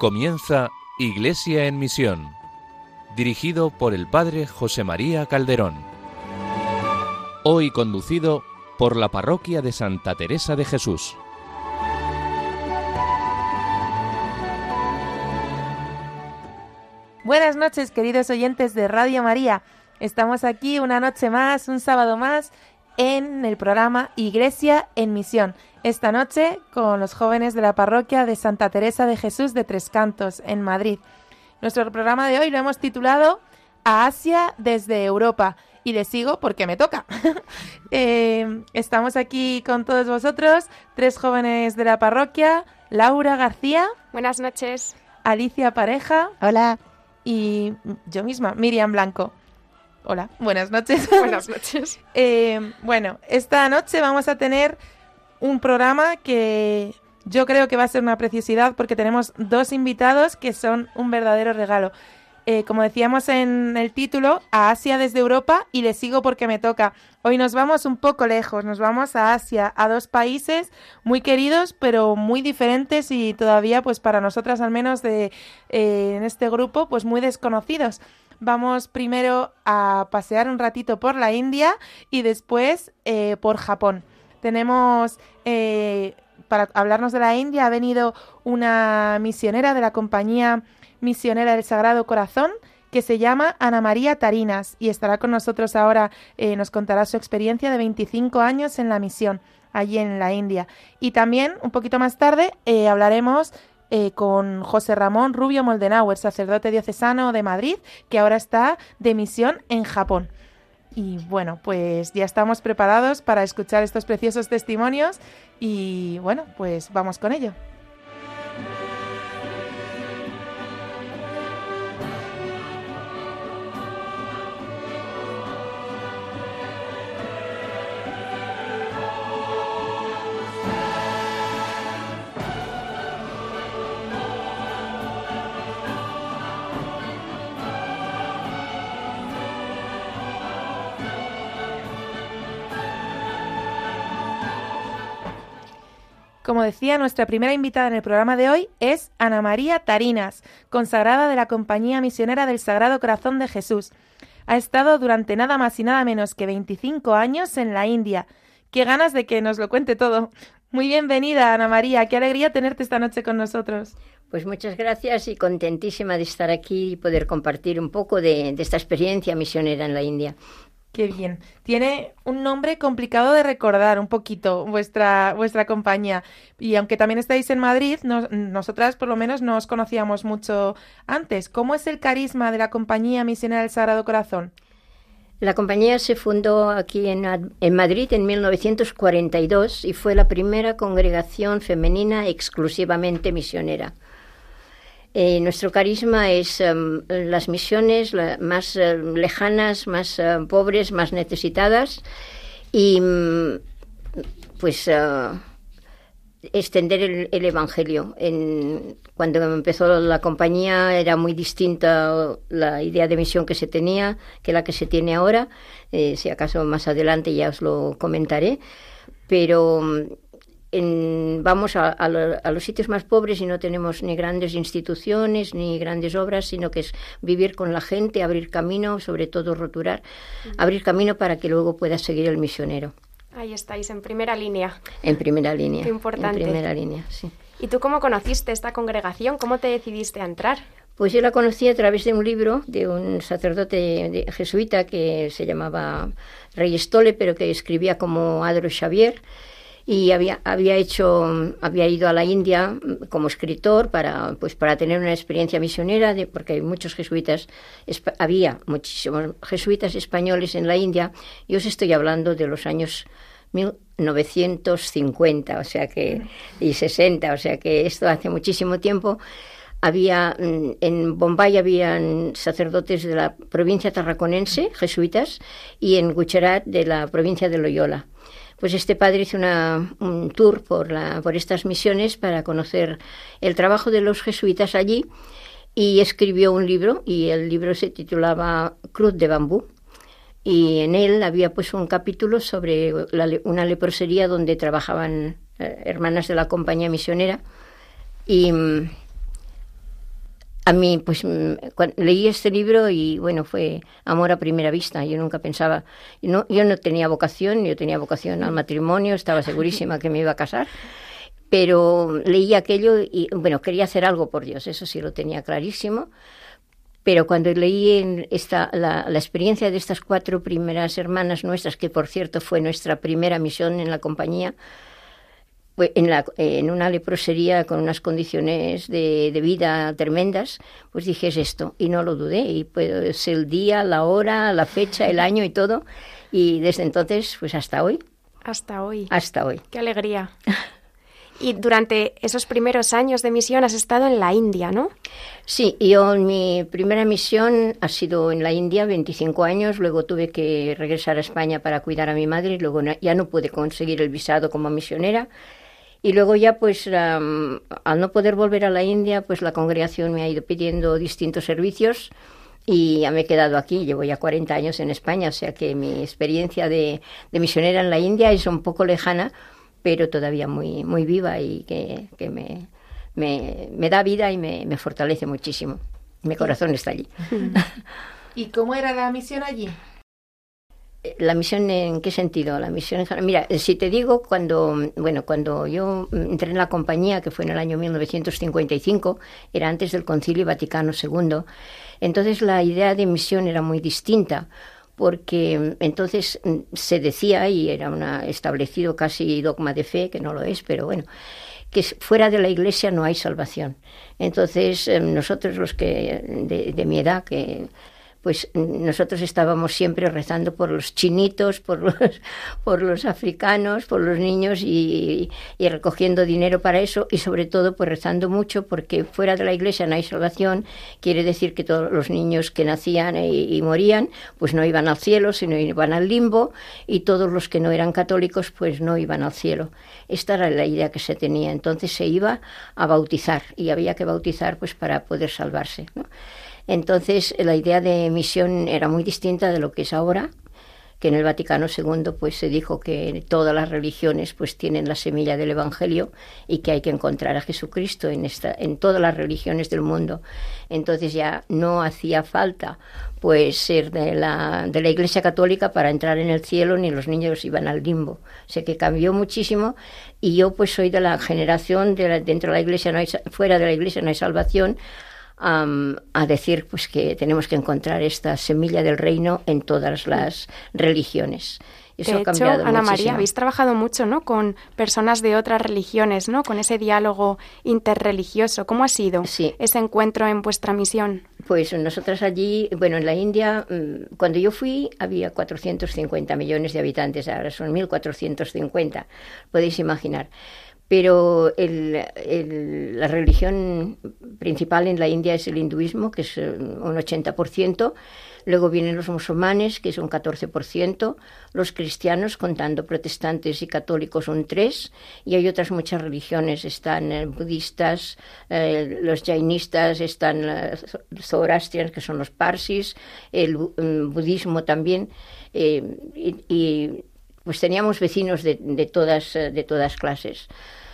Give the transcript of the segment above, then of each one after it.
Comienza Iglesia en Misión, dirigido por el Padre José María Calderón. Hoy conducido por la Parroquia de Santa Teresa de Jesús. Buenas noches, queridos oyentes de Radio María. Estamos aquí una noche más, un sábado más, en el programa Iglesia en Misión. Esta noche con los jóvenes de la Parroquia de Santa Teresa de Jesús de Tres Cantos, en Madrid. Nuestro programa de hoy lo hemos titulado A Asia desde Europa. Y le sigo porque me toca. Estamos aquí con todos vosotros, tres jóvenes de la parroquia: Laura García. Buenas noches. Alicia Pareja. Hola. Y yo misma, Miriam Blanco. Hola, buenas noches. Buenas noches. Bueno, esta noche vamos a tener un programa que yo creo que va a ser una preciosidad porque tenemos dos invitados que son un verdadero regalo. Como decíamos en el título, a Asia desde Europa, y le sigo porque me toca. Hoy nos vamos un poco lejos, nos vamos a Asia, a dos países muy queridos, pero muy diferentes y todavía, pues para nosotras al menos en este grupo, pues muy desconocidos. Vamos primero a pasear un ratito por la India y después por Japón. Tenemos, para hablarnos de la India, ha venido una misionera de la Compañía Misionera del Sagrado Corazón, que se llama Ana María Tarinas, y estará con nosotros ahora, nos contará su experiencia de 25 años en la misión, allí en la India. Y también, un poquito más tarde, hablaremos con José Ramón Rubio Moldenauer, sacerdote diocesano de Madrid, que ahora está de misión en Japón. Y bueno, pues ya estamos preparados para escuchar estos preciosos testimonios y bueno, pues vamos con ello. Como decía, nuestra primera invitada en el programa de hoy es Ana María Tarinas, consagrada de la Compañía Misionera del Sagrado Corazón de Jesús. Ha estado durante nada más y nada menos que 25 años en la India. ¡Qué ganas de que nos lo cuente todo! Muy bienvenida, Ana María. ¡Qué alegría tenerte esta noche con nosotros! Pues muchas gracias y contentísima de estar aquí y poder compartir un poco de esta experiencia misionera en la India. Qué bien. Tiene un nombre complicado de recordar un poquito vuestra compañía. Y aunque también estáis en Madrid, nosotras por lo menos no os conocíamos mucho antes. ¿Cómo es el carisma de la Compañía Misionera del Sagrado Corazón? La compañía se fundó aquí en Madrid en 1942 y fue la primera congregación femenina exclusivamente misionera. Nuestro carisma es las misiones más lejanas, más pobres, más necesitadas y pues extender el Evangelio. Cuando empezó la compañía era muy distinta la idea de misión que se tenía que la que se tiene ahora. Si acaso más adelante ya os lo comentaré, pero vamos a los sitios más pobres y no tenemos ni grandes instituciones ni grandes obras, sino que es vivir con la gente, abrir camino, sobre todo roturar, abrir camino para que luego pueda seguir el misionero. Ahí estáis, en primera línea. En primera línea. Qué importante. En primera línea, sí. ¿Y tú cómo conociste esta congregación? ¿Cómo te decidiste a entrar? Pues yo la conocí a través de un libro de un sacerdote jesuita que se llamaba Rey Stole, pero que escribía como Adro Xavier. Y había ido a la India como escritor para tener una experiencia misionera, porque hay muchos jesuitas, había muchísimos jesuitas españoles en la India. Yo os estoy hablando de los años 1950, y 60, o sea que esto hace muchísimo tiempo. En Bombay habían sacerdotes de la provincia tarraconense, jesuitas, y en Gujarat de la provincia de Loyola. Pues este padre hizo un tour por estas misiones para conocer el trabajo de los jesuitas allí y escribió un libro, y el libro se titulaba Cruz de Bambú. Y en él había pues un capítulo sobre una leprosería donde trabajaban hermanas de la compañía misionera, y A mí, pues, leí este libro y, bueno, fue amor a primera vista. Yo nunca pensaba... yo no tenía vocación, yo tenía vocación al matrimonio, estaba segurísima que me iba a casar, pero leí aquello y, bueno, quería hacer algo por Dios, eso sí lo tenía clarísimo. Pero cuando leí la experiencia de estas 4 primeras hermanas nuestras, que, por cierto, fue nuestra primera misión en la compañía, en una leprosería con unas condiciones de vida tremendas, pues dije, es esto, y no lo dudé, y pues el día, la hora, la fecha, el año y todo, y desde entonces, pues hasta hoy. Hasta hoy. Hasta hoy. Qué alegría. Y durante esos primeros años de misión has estado en la India, ¿no? Sí, mi primera misión ha sido en la India, 25 años, luego tuve que regresar a España para cuidar a mi madre, y luego ya no pude conseguir el visado como misionera. Y luego ya, pues, al no poder volver a la India, pues la congregación me ha ido pidiendo distintos servicios y ya me he quedado aquí. Llevo ya 40 años en España, o sea que mi experiencia de misionera en la India es un poco lejana, pero todavía muy, muy viva y que me da vida y me fortalece muchísimo. Mi corazón está allí. ¿Y cómo era la misión allí? ¿La misión en qué sentido? La misión mira, si te digo, cuando yo entré en la compañía, que fue en el año 1955, era antes del Concilio Vaticano II, entonces la idea de misión era muy distinta, porque entonces se decía, y era establecido casi dogma de fe, que no lo es, pero bueno, que fuera de la Iglesia no hay salvación. Entonces nosotros los que de mi edad, pues nosotros estábamos siempre rezando por los chinitos, por los africanos, por los niños y recogiendo dinero para eso, y sobre todo pues rezando mucho, porque fuera de la Iglesia no hay salvación. Quiere decir que todos los niños que nacían y morían pues no iban al cielo, sino iban al limbo, y todos los que no eran católicos pues no iban al cielo. Esta era la idea que se tenía. Entonces se iba a bautizar y había que bautizar pues para poder salvarse, ¿no? Entonces la idea de misión era muy distinta de lo que es ahora, que en el Vaticano II pues se dijo que todas las religiones pues tienen la semilla del Evangelio y que hay que encontrar a Jesucristo en todas las religiones del mundo. Entonces ya no hacía falta pues ser de la Iglesia Católica para entrar en el cielo, ni los niños iban al limbo. O sea que cambió muchísimo, y yo pues soy de la generación dentro de la Iglesia fuera de la Iglesia no hay salvación, a decir pues que tenemos que encontrar esta semilla del reino en todas las religiones. Eso de ha cambiado hecho, Ana muchísimo. María, habéis trabajado mucho, ¿no?, con personas de otras religiones, ¿no?, con ese diálogo interreligioso. ¿Cómo ha sido ese encuentro en vuestra misión? Pues nosotras allí, bueno, en la India, cuando yo fui había 450 millones de habitantes, ahora son 1.450, podéis imaginar. Pero la religión principal en la India es el hinduismo, que es un 80%. Luego vienen los musulmanes, que es un 14%. Los cristianos, contando protestantes y católicos, un 3%. Y hay otras muchas religiones. Están budistas, los jainistas, están los zoroastrianos, que son los parsis, el budismo también. Y pues teníamos vecinos de todas clases.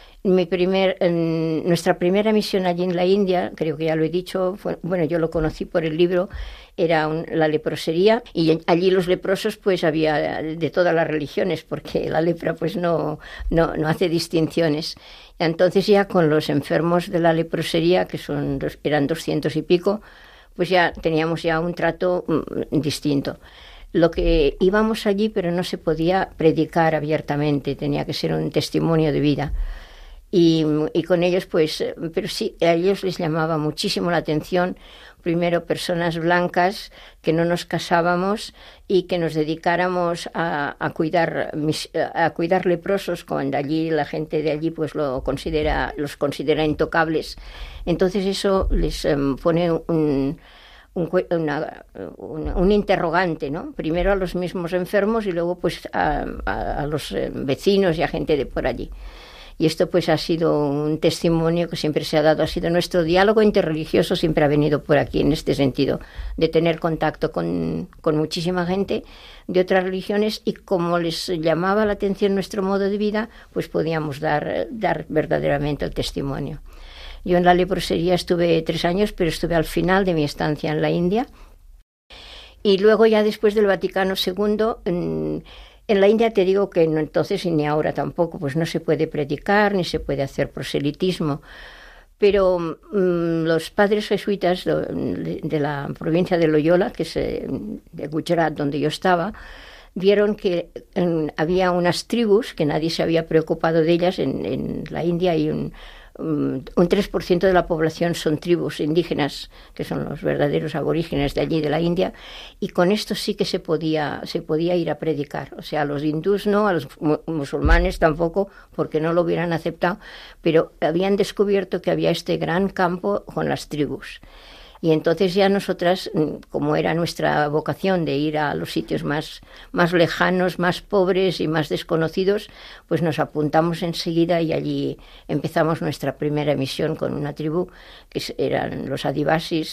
Nuestra primera misión allí en la India, creo que ya lo he dicho, yo lo conocí por el libro, era la leprosería, y allí los leprosos pues había de todas las religiones, porque la lepra pues no hace distinciones. Entonces ya con los enfermos de la leprosería, que eran 200 y pico, pues ya teníamos ya un trato distinto. Lo que íbamos allí, pero no se podía predicar abiertamente, tenía que ser un testimonio de vida. Y con ellos, pues, pero sí, a ellos les llamaba muchísimo la atención, primero, personas blancas, que no nos casábamos y que nos dedicáramos a cuidar leprosos, cuando allí la gente de allí pues los considera intocables. Entonces eso les pone un interrogante, ¿no? Primero a los mismos enfermos y luego pues a los vecinos y a gente de por allí. Y esto pues ha sido un testimonio que siempre se ha dado, ha sido nuestro diálogo interreligioso, siempre ha venido por aquí en este sentido, de tener contacto con muchísima gente de otras religiones, y como les llamaba la atención nuestro modo de vida, pues podíamos dar verdaderamente el testimonio. Yo en la leprosería estuve 3 años, pero estuve al final de mi estancia en la India. Y luego ya después del Vaticano II, en la India te digo que no entonces y ni ahora tampoco, pues no se puede predicar ni se puede hacer proselitismo. Pero los padres jesuitas de la provincia de Loyola, que es de Gujarat, donde yo estaba, vieron que había unas tribus que nadie se había preocupado de ellas. En la India hay un 3% de la población son tribus indígenas, que son los verdaderos aborígenes de allí, de la India, y con esto sí que se podía ir a predicar. O sea, a los hindús no, a los musulmanes tampoco, porque no lo hubieran aceptado, pero habían descubierto que había este gran campo con las tribus. Y entonces ya nosotras, como era nuestra vocación de ir a los sitios más lejanos, más pobres y más desconocidos, pues nos apuntamos enseguida y allí empezamos nuestra primera misión con una tribu que eran los adivasis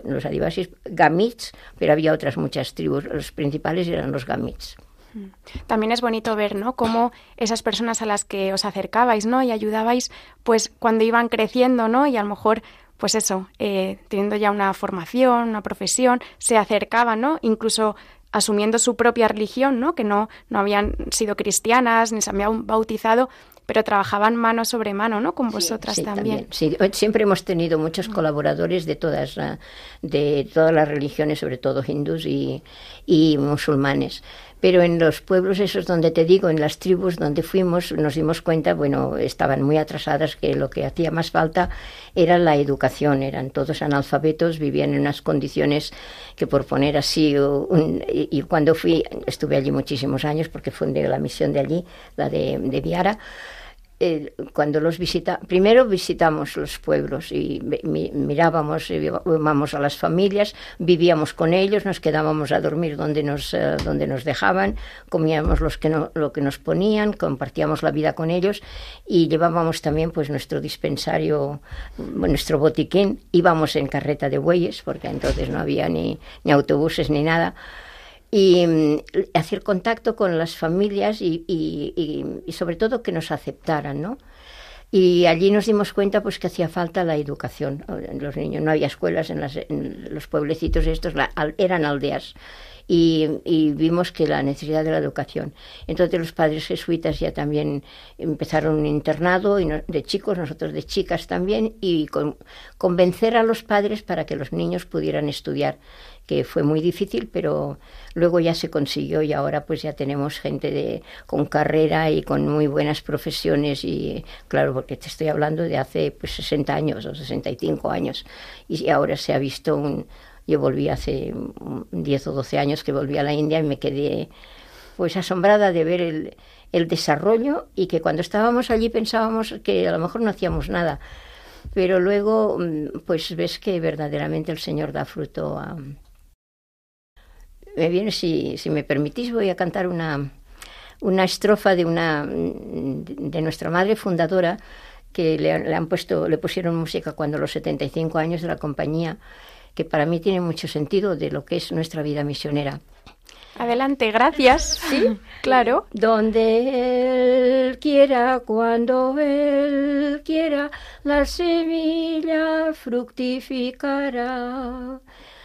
gamits, pero había otras muchas tribus, los principales eran los gamits. También es bonito ver, ¿no?, cómo esas personas a las que os acercabais, ¿no?, y ayudabais, pues cuando iban creciendo, ¿no?, y a lo mejor pues eso, teniendo ya una formación, una profesión, se acercaban, ¿no?, incluso asumiendo su propia religión, ¿no?, que no habían sido cristianas ni se habían bautizado, pero trabajaban mano sobre mano, ¿no?, con vosotras también. Sí, siempre hemos tenido muchos colaboradores de todas las religiones, sobre todo hindús y musulmanes. Pero en los pueblos esos donde te digo, en las tribus donde fuimos, nos dimos cuenta, bueno, estaban muy atrasadas, que lo que hacía más falta era la educación. Eran todos analfabetos, vivían en unas condiciones que, por poner así, y cuando estuve allí muchísimos años, porque fundé la misión de allí, la de Viara. Cuando primero visitamos los pueblos y mirábamos, íbamos a las familias, vivíamos con ellos, nos quedábamos a dormir donde nos dejaban, comíamos lo que nos ponían, compartíamos la vida con ellos y llevábamos también pues nuestro dispensario, nuestro botiquín. Íbamos en carreta de bueyes porque entonces no había ni autobuses ni nada. Y hacer contacto con las familias y sobre todo que nos aceptaran, ¿no? Y allí nos dimos cuenta pues que hacía falta la educación. Los niños, no había escuelas en los pueblecitos estos, eran aldeas. Y vimos que la necesidad de la educación. Entonces los padres jesuitas ya también empezaron un internado de chicos, nosotros de chicas también, y convencer a los padres para que los niños pudieran estudiar, que fue muy difícil, pero luego ya se consiguió y ahora pues ya tenemos gente con carrera y con muy buenas profesiones y claro, porque te estoy hablando de hace pues 60 años o 65 años y ahora se ha visto Yo volví hace 10 o 12 años que volví a la India y me quedé pues asombrada de ver el desarrollo y que cuando estábamos allí pensábamos que a lo mejor no hacíamos nada, pero luego pues ves que verdaderamente el Señor da fruto a... Me viene, si me permitís, voy a cantar una estrofa de nuestra madre fundadora que le pusieron música cuando los 75 años de la compañía, que para mí tiene mucho sentido de lo que es nuestra vida misionera. Adelante, gracias. Sí, claro. Donde Él quiera, cuando Él quiera, la semilla fructificará.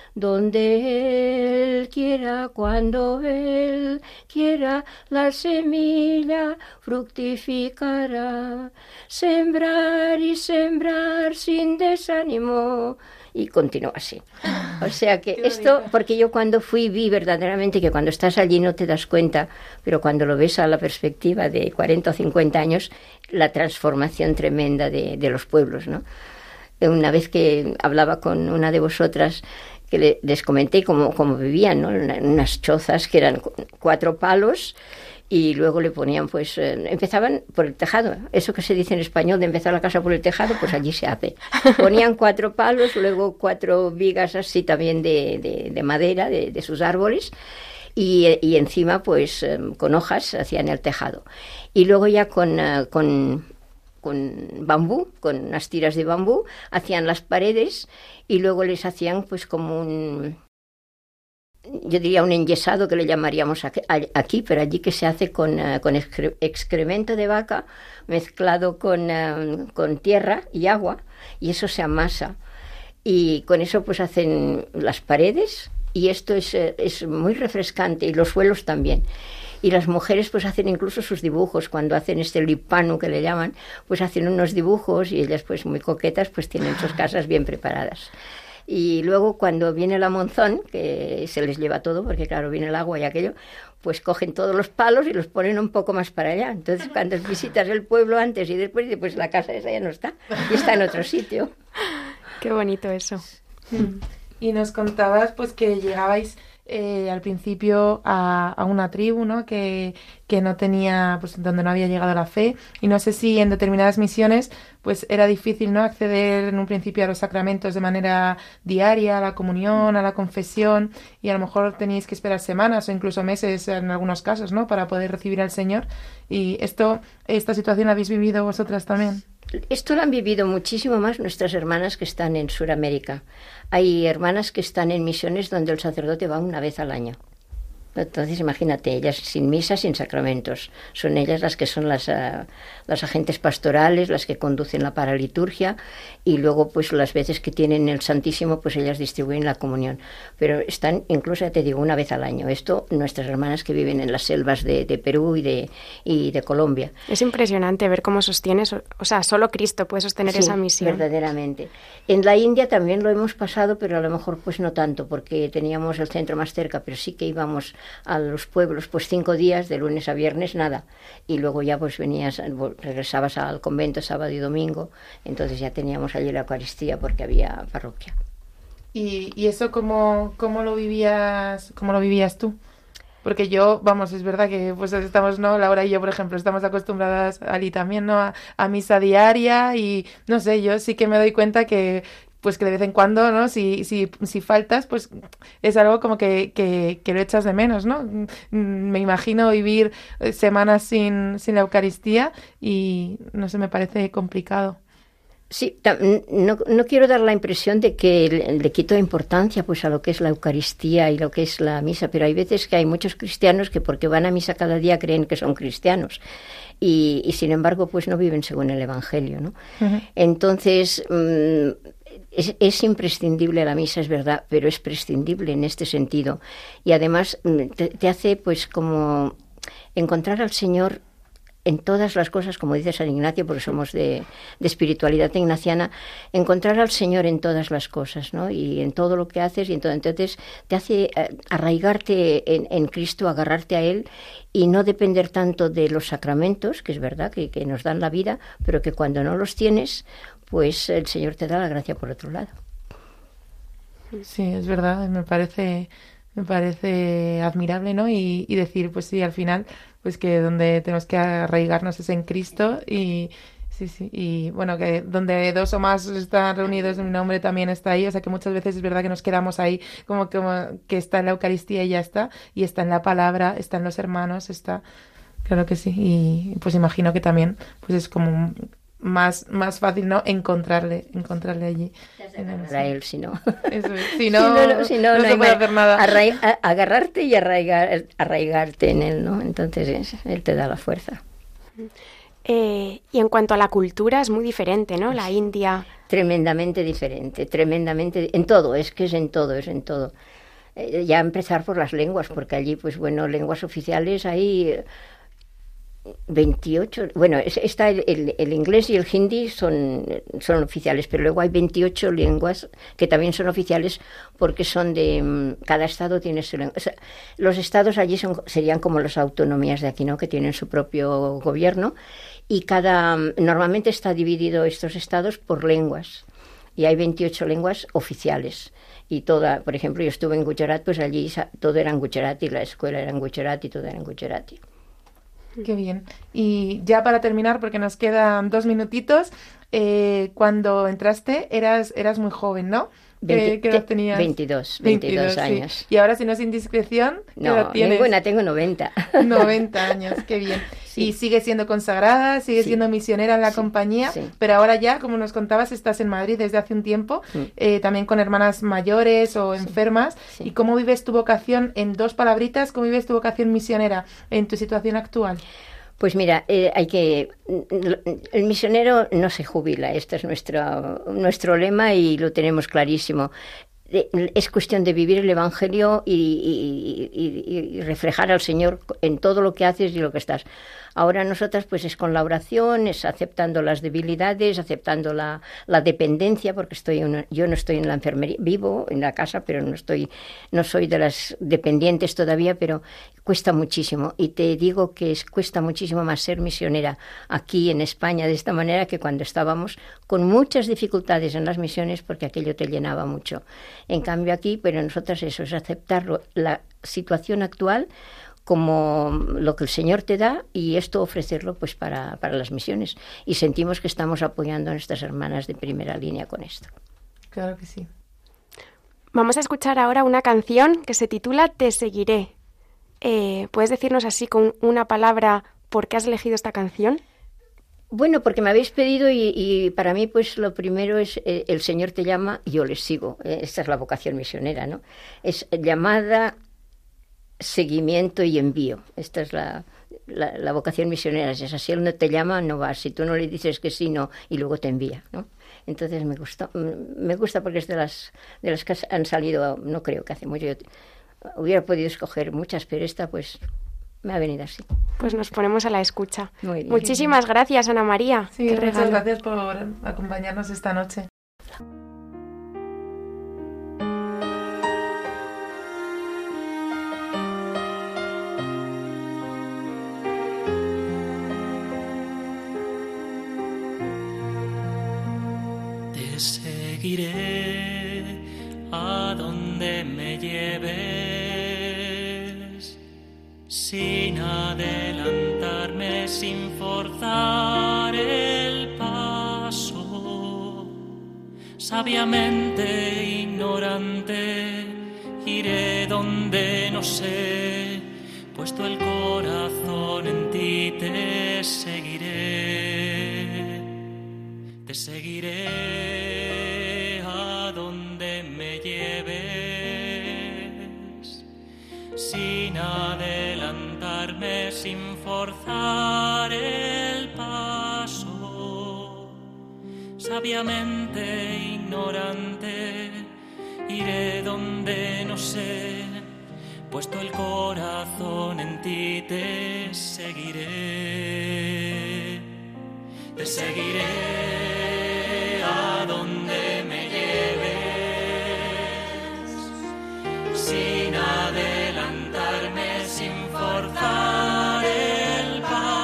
Donde Él quiera, cuando Él quiera, la semilla fructificará. Sembrar y sembrar sin desánimo. Y continúa así. O sea que esto, porque yo cuando fui vi verdaderamente que cuando estás allí no te das cuenta, pero cuando lo ves a la perspectiva de 40 o 50 años, la transformación tremenda de los pueblos, ¿no? Una vez que hablaba con una de vosotras, que les comenté cómo vivían, ¿no? Unas chozas que eran 4 palos y luego le ponían, pues, empezaban por el tejado. Eso que se dice en español de empezar la casa por el tejado, pues allí se hace. Ponían 4 palos, luego 4 vigas así también de madera, de sus árboles, y encima, pues, con hojas hacían el tejado. Y luego ya con bambú, con unas tiras de bambú, hacían las paredes y luego les hacían pues como yo diría un enyesado que le llamaríamos aquí, pero allí que se hace con excremento de vaca mezclado con tierra y agua y eso se amasa. Y con eso pues hacen las paredes y esto es muy refrescante y los suelos también. Y las mujeres pues hacen incluso sus dibujos, cuando hacen este lipanu que le llaman, pues hacen unos dibujos y ellas pues muy coquetas pues tienen sus casas bien preparadas. Y luego cuando viene la monzón, que se les lleva todo, porque claro, viene el agua y aquello, pues cogen todos los palos y los ponen un poco más para allá. Entonces cuando visitas el pueblo antes y después, pues la casa esa ya no está, y está en otro sitio. Qué bonito eso. Y nos contabas pues que llegabais al principio a una tribu, ¿no? Que no tenía, pues donde no había llegado la fe, y no sé si en determinadas misiones pues era difícil, ¿no? Acceder en un principio a los sacramentos de manera diaria, a la comunión, a la confesión, y a lo mejor teníais que esperar semanas o incluso meses en algunos casos, ¿no? Para poder recibir al Señor. Y esta situación la habéis vivido vosotras también. Esto lo han vivido muchísimo más nuestras hermanas que están en Sudamérica. Hay hermanas que están en misiones donde el sacerdote va una vez al año. Entonces, imagínate, ellas sin misa, sin sacramentos. Son ellas las que son las agentes pastorales, las que conducen la paraliturgia, y luego, pues, las veces que tienen el Santísimo, pues ellas distribuyen la comunión. Pero están, incluso, ya te digo, una vez al año. Esto, nuestras hermanas que viven en las selvas de Perú y de Colombia. Es impresionante ver cómo sostienes, o sea, solo Cristo puede sostener esa misión. Verdaderamente. En la India también lo hemos pasado, pero a lo mejor, pues, no tanto, porque teníamos el centro más cerca, pero sí que íbamos a los pueblos, pues 5 días, de lunes a viernes, nada. Y luego ya pues regresabas al convento sábado y domingo, entonces ya teníamos allí la Eucaristía porque había parroquia. ¿Y eso cómo lo vivías tú? Porque yo, vamos, es verdad que pues estamos, ¿no? Laura y yo, por ejemplo, estamos acostumbradas, Ali también, ¿no? A misa diaria, y no sé, yo sí que me doy cuenta que pues que de vez en cuando, ¿no? Si faltas, pues es algo como que lo echas de menos, ¿no? Me imagino vivir semanas sin la Eucaristía y, no sé, me parece complicado. Sí, no quiero dar la impresión de que le quito importancia pues a lo que es la Eucaristía y lo que es la misa, pero hay veces que hay muchos cristianos que porque van a misa cada día creen que son cristianos y sin embargo pues no viven según el Evangelio, ¿no? Uh-huh. Entonces es imprescindible la misa, es verdad, pero es prescindible en este sentido. Y además te hace pues como encontrar al Señor en todas las cosas, como dice San Ignacio, porque somos de espiritualidad ignaciana, encontrar al Señor en todas las cosas, ¿no? Y en todo lo que haces, y entonces te hace arraigarte en Cristo, agarrarte a Él, y no depender tanto de los sacramentos, que es verdad que nos dan la vida, pero que cuando no los tienes, pues el Señor te da la gracia por otro lado. Sí, es verdad, me parece admirable, ¿no? Y decir, pues sí, al final, pues que donde tenemos que arraigarnos es en Cristo, y sí, y bueno, que donde 2 o más están reunidos en mi nombre también está ahí, o sea que muchas veces es verdad que nos quedamos ahí como que está en la Eucaristía y ya está, y está en la palabra, está en los hermanos, está, claro que sí, y pues imagino que también pues es como más fácil, ¿no? Encontrarle allí. A él, si no. Eso es. Si no se puede hacer nada. Agarrarte y arraigarte en él, ¿no? Entonces él te da la fuerza. Y en cuanto a la cultura es muy diferente, ¿no? La India. Tremendamente diferente, en todo, es en todo. Ya empezar por las lenguas, porque allí, pues bueno, lenguas oficiales hay 28, bueno, está el inglés y el hindi son oficiales, pero luego hay 28 lenguas que también son oficiales porque son cada estado tiene su lengua. O sea, los estados allí serían como las autonomías de aquí, ¿no? Que tienen su propio gobierno, y normalmente está dividido estos estados por lenguas, y hay 28 lenguas oficiales. Y por ejemplo, yo estuve en Gujarat, pues allí todo era en Gujarati, la escuela era en Gujarati, todo era en Gujarati. Qué bien. Y ya para terminar, porque nos quedan 2 minutitos, cuando entraste eras muy joven, ¿no? ¿Qué edad tenías? 22 años. Sí. Y ahora, si no es indiscreción, ¿qué edad tienes? Ninguna, tengo 90. 90 años, qué bien. Sí. Y sigues siendo consagrada, sigues siendo misionera en la compañía, pero ahora ya, como nos contabas, estás en Madrid desde hace un tiempo, también con hermanas mayores o enfermas. Sí. ¿Y cómo vives tu vocación, en 2 palabritas, cómo vives tu vocación misionera en tu situación actual? Pues mira, el misionero no se jubila, este es nuestro lema y lo tenemos clarísimo. Es cuestión de vivir el Evangelio y reflejar al Señor en todo lo que haces y lo que estás. Ahora nosotras pues es con la oración, es aceptando las debilidades, aceptando la dependencia, porque yo no estoy en la enfermería, vivo en la casa, pero no soy de las dependientes todavía, pero cuesta muchísimo. Y te digo que cuesta muchísimo más ser misionera aquí en España de esta manera que cuando estábamos con muchas dificultades en las misiones, porque aquello te llenaba mucho. En cambio aquí, pero nosotras eso es aceptar la situación actual como lo que el Señor te da y esto ofrecerlo pues para las misiones. Y sentimos que estamos apoyando a nuestras hermanas de primera línea con esto. Claro que sí. Vamos a escuchar ahora una canción que se titula Te seguiré. ¿Puedes decirnos así con una palabra por qué has elegido esta canción? Bueno, porque me habéis pedido y para mí pues lo primero es el Señor te llama y yo les sigo. Esta es la vocación misionera, ¿no? Es llamada, seguimiento y envío. Esta es la vocación misionera. Si es así, él no te llama, no vas. Si tú no le dices que sí, no, y luego te envía, ¿no? Entonces me gusta porque es de las que han salido, no creo que hace mucho. Yo hubiera podido escoger muchas, pero esta pues me ha venido así. Pues nos ponemos a la escucha. Muy bien. Muchísimas gracias, Ana María. Sí, muchas gracias por acompañarnos esta noche. Te seguiré a donde me lleves, sin adelantarme, sin forzar el paso. Sabiamente ignorante, iré donde no sé, puesto el corazón en ti, te seguiré. Te seguiré a donde me lleves, sin adelantarme, sin forzar el paso. Sabiamente ignorante, iré donde no sé, puesto el corazón en ti, te seguiré. Te seguiré a donde me lleves, sin adelantarme, sin forzar el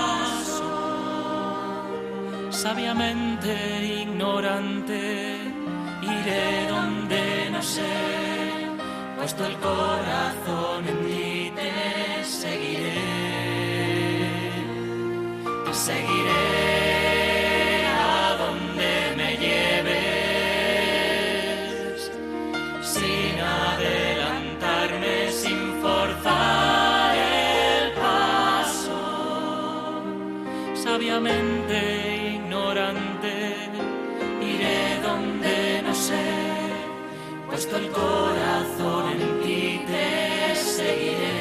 paso. Sabiamente ignorante, iré donde no sé, puesto el corazón en ti, te seguiré. Te seguiré. Sabiamente ignorante, iré donde no sé, puesto el corazón en ti, te seguiré.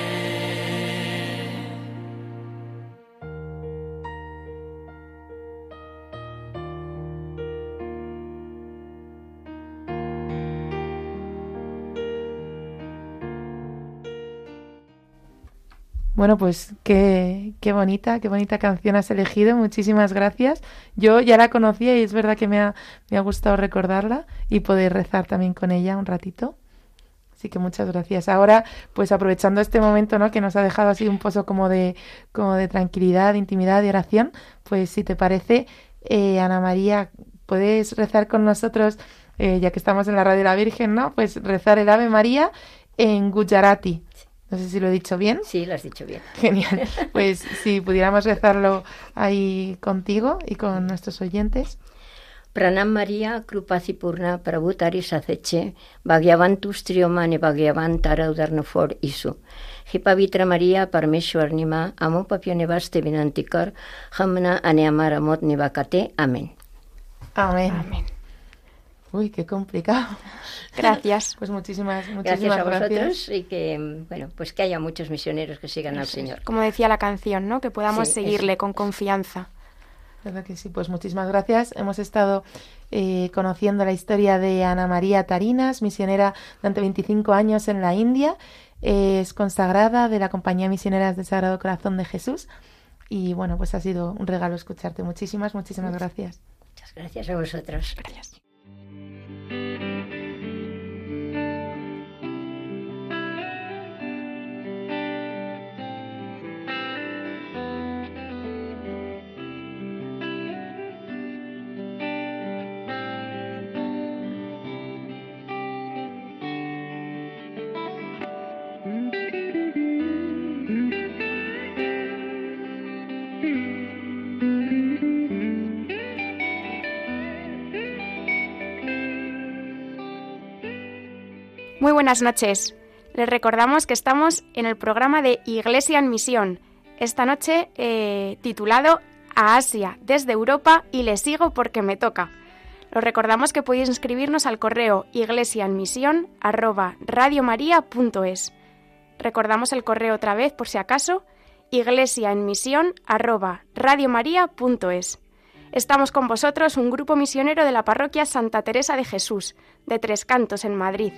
Bueno, pues qué bonita canción has elegido, muchísimas gracias. Yo ya la conocía y es verdad que me ha gustado recordarla y poder rezar también con ella un ratito. Así que muchas gracias. Ahora, pues aprovechando este momento, ¿no?, que nos ha dejado así un pozo como de tranquilidad, de intimidad, de oración, pues si te parece, Ana María, puedes rezar con nosotros, ya que estamos en la Radio de la Virgen, ¿no? Pues rezar el Ave María en Gujarati. No sé si lo he dicho bien. Sí, lo has dicho bien. Genial. Pues si pudiéramos rezarlo ahí contigo y con nuestros oyentes. Pranam Maria, Krupasi Purna, Prabhutari Saceche, Bhagyavantu Striomane Bhagyavantara Udarnafor Isu. Hipavitra Maria, Parmeshwar Nima, Amo Papione Vaste Vinantikar, Hamna Aneamara Mot Nivakate. Amén. Amén. Amén. Uy, qué complicado. Gracias. Pues muchísimas Gracias a vosotros gracias. y que, bueno, pues que haya muchos misioneros que sigan al Señor. Como decía la canción, ¿no? Que podamos Sí, seguirle eso. con confianza. ¿Verdad que sí? Pues muchísimas gracias. Hemos estado conociendo la historia de Ana María Tarinas, misionera durante 25 años en la India. Es consagrada de la Compañía Misioneras del Sagrado Corazón de Jesús. Y bueno, pues ha sido un regalo escucharte. Muchísimas gracias. Muchas gracias a vosotros. Gracias. Muy buenas noches. Les recordamos que estamos en el programa de Iglesia en Misión, esta noche titulado A Asia desde Europa y le sigo porque me toca. Os recordamos que podéis inscribirnos al correo iglesiaenmisión@radiomaria.es. Recordamos el correo otra vez por si acaso, iglesiaenmisión@radiomaria.es. Estamos con vosotros un grupo misionero de la parroquia Santa Teresa de Jesús, de Tres Cantos, en Madrid.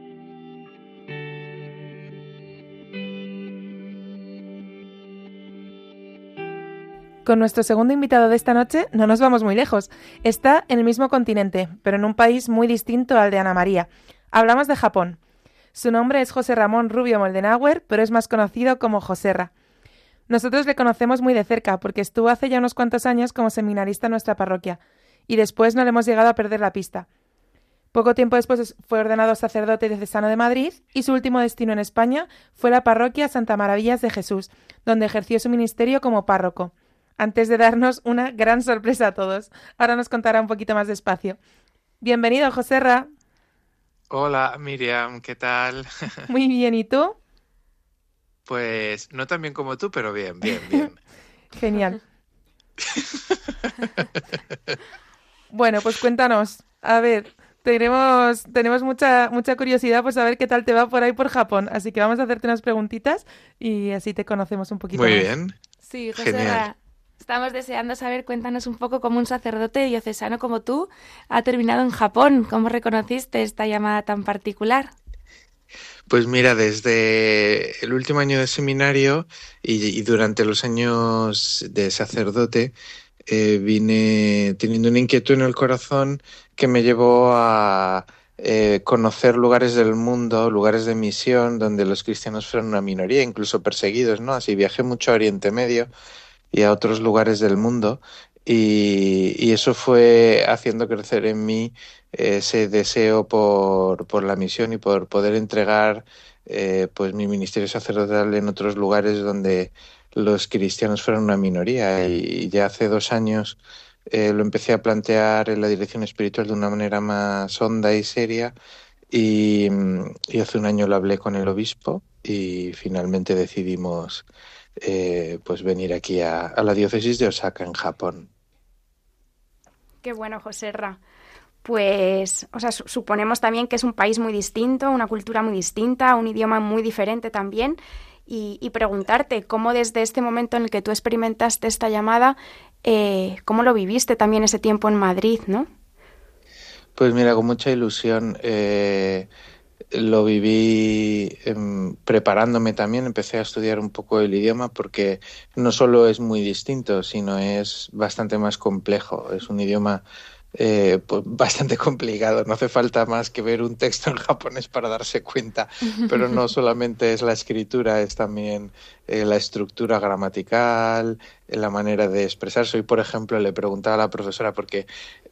Con nuestro segundo invitado de esta noche no nos vamos muy lejos. Está en el mismo continente, pero en un país muy distinto al de Ana María. Hablamos de Japón. Su nombre es José Ramón Rubio Moldenauer, pero es más conocido como Joserra. Nosotros le conocemos muy de cerca porque estuvo hace ya unos cuantos años como seminarista en nuestra parroquia y después no le hemos llegado a perder la pista. Poco tiempo después fue ordenado sacerdote diocesano de Madrid y su último destino en España fue la parroquia Santa Maravillas de Jesús, donde ejerció su ministerio como párroco. Antes de darnos una gran sorpresa a todos. Ahora nos contará un poquito más despacio. Bienvenido, Joserra. Hola, Miriam, ¿qué tal? Muy bien, ¿y tú? Pues no tan bien como tú, pero bien, bien, bien. Genial. Bueno, pues cuéntanos. A ver, tenemos mucha curiosidad por saber qué tal te va por ahí por Japón. Así que vamos a hacerte unas preguntitas y así te conocemos un poquito Muy más. bien. Sí, Joserra, Genial. estamos deseando saber, cuéntanos un poco cómo un sacerdote diocesano como tú ha terminado en Japón. ¿Cómo reconociste esta llamada tan particular? Pues mira, desde el último año de seminario y durante los años de sacerdote vine teniendo una inquietud en el corazón que me llevó a conocer lugares del mundo, lugares de misión donde los cristianos fueron una minoría, incluso perseguidos, ¿no? Así viajé mucho a Oriente Medio y a otros lugares del mundo y eso fue haciendo crecer en mí ese deseo por la misión y por poder entregar pues mi ministerio sacerdotal en otros lugares donde los cristianos fueron una minoría y ya hace 2 años lo empecé a plantear en la dirección espiritual de una manera más honda y seria y hace 1 año lo hablé con el obispo y finalmente decidimos pues venir aquí a la diócesis de Osaka, en Japón. Qué bueno, Joserra. Pues, o sea, suponemos también que es un país muy distinto, una cultura muy distinta, un idioma muy diferente también. Y preguntarte cómo desde este momento en el que tú experimentaste esta llamada, cómo lo viviste también ese tiempo en Madrid, ¿no? Pues mira, con mucha ilusión. Lo viví preparándome también, empecé a estudiar un poco el idioma porque no solo es muy distinto, sino es bastante más complejo. Es un idioma pues bastante complicado, no hace falta más que ver un texto en japonés para darse cuenta, pero no solamente es la escritura, es también la estructura gramatical, la manera de expresarse. Hoy, por ejemplo, le preguntaba a la profesora porque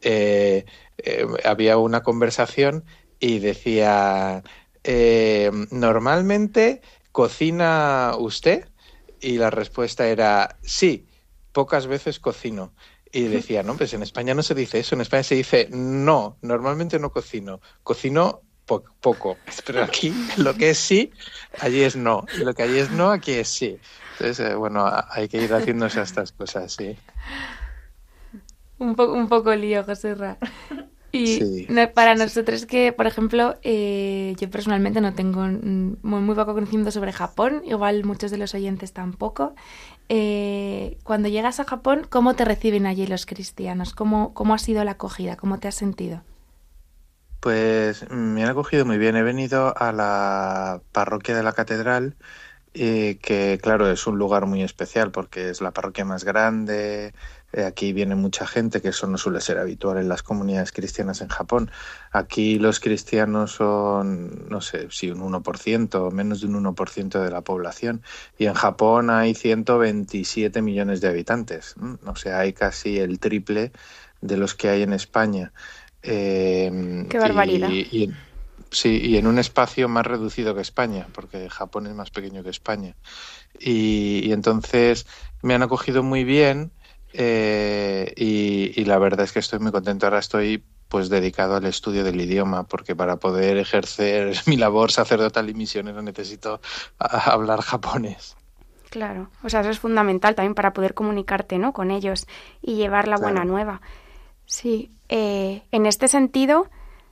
había una conversación y decía, ¿normalmente cocina usted? Y la respuesta era, sí, pocas veces cocino. Y decía, no, pues en España no se dice eso, en España se dice, no, normalmente no cocino, cocino poco. Pero aquí lo que es sí, allí es no. Y lo que allí es no, aquí es sí. Entonces, bueno, hay que ir haciéndose estas cosas, sí. Un poco lío, Joserra. Y Sí, para sí, sí. nosotros que, por ejemplo, yo personalmente no tengo muy poco conocimiento sobre Japón, igual muchos de los oyentes tampoco. Cuando llegas a Japón, ¿cómo te reciben allí los cristianos? ¿Cómo ha sido la acogida? ¿Cómo te has sentido? Pues me han acogido muy bien. He venido a la parroquia de la catedral, que claro, es un lugar muy especial porque es la parroquia más grande. Aquí viene mucha gente, que eso no suele ser habitual en las comunidades cristianas en Japón. Aquí los cristianos son, no sé, si un 1% o menos de un 1% de la población. Y en Japón hay 127 millones de habitantes. O sea, hay casi el triple de los que hay en España. Qué barbaridad. Sí, y en un espacio más reducido que España, porque Japón es más pequeño que España. Y entonces me han acogido muy bien, y la verdad es que estoy muy contento. Ahora estoy pues dedicado al estudio del idioma, porque para poder ejercer mi labor sacerdotal y misionero necesito hablar japonés. Claro, o sea, eso es fundamental también para poder comunicarte, ¿no?, con ellos y llevar la buena Claro. nueva. Sí, en este sentido,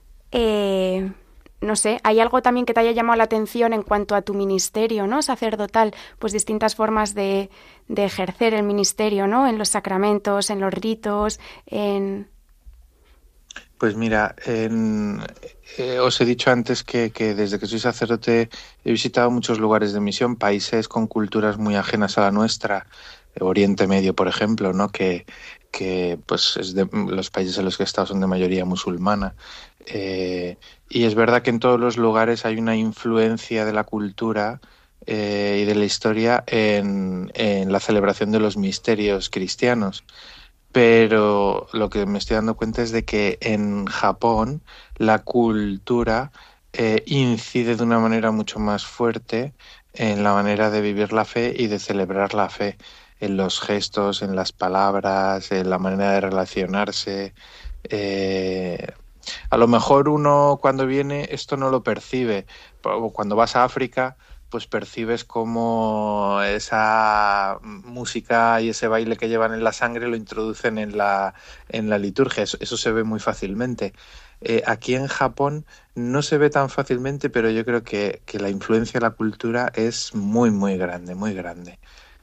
no sé, ¿hay algo también que te haya llamado la atención en cuanto a tu ministerio, ¿no?, sacerdotal? Pues distintas formas de ejercer el ministerio, ¿no?, en los sacramentos, en los ritos, en... Pues mira, os he dicho antes que desde que soy sacerdote he visitado muchos lugares de misión, países con culturas muy ajenas a la nuestra, Oriente Medio, por ejemplo, ¿no? Que pues los países en los que he estado son de mayoría musulmana. Y es verdad que en todos los lugares hay una influencia de la cultura, y de la historia en la celebración de los misterios cristianos. Pero lo que me estoy dando cuenta es de que en Japón la cultura incide de una manera mucho más fuerte en la manera de vivir la fe y de celebrar la fe, en los gestos, en las palabras, en la manera de relacionarse. Eh, a lo mejor uno cuando viene esto no lo percibe. O cuando vas a África, pues percibes cómo esa música y ese baile que llevan en la sangre lo introducen en la liturgia. Eso se ve muy fácilmente. Aquí en Japón no se ve tan fácilmente, pero yo creo que la influencia de la cultura es muy, muy grande, muy grande.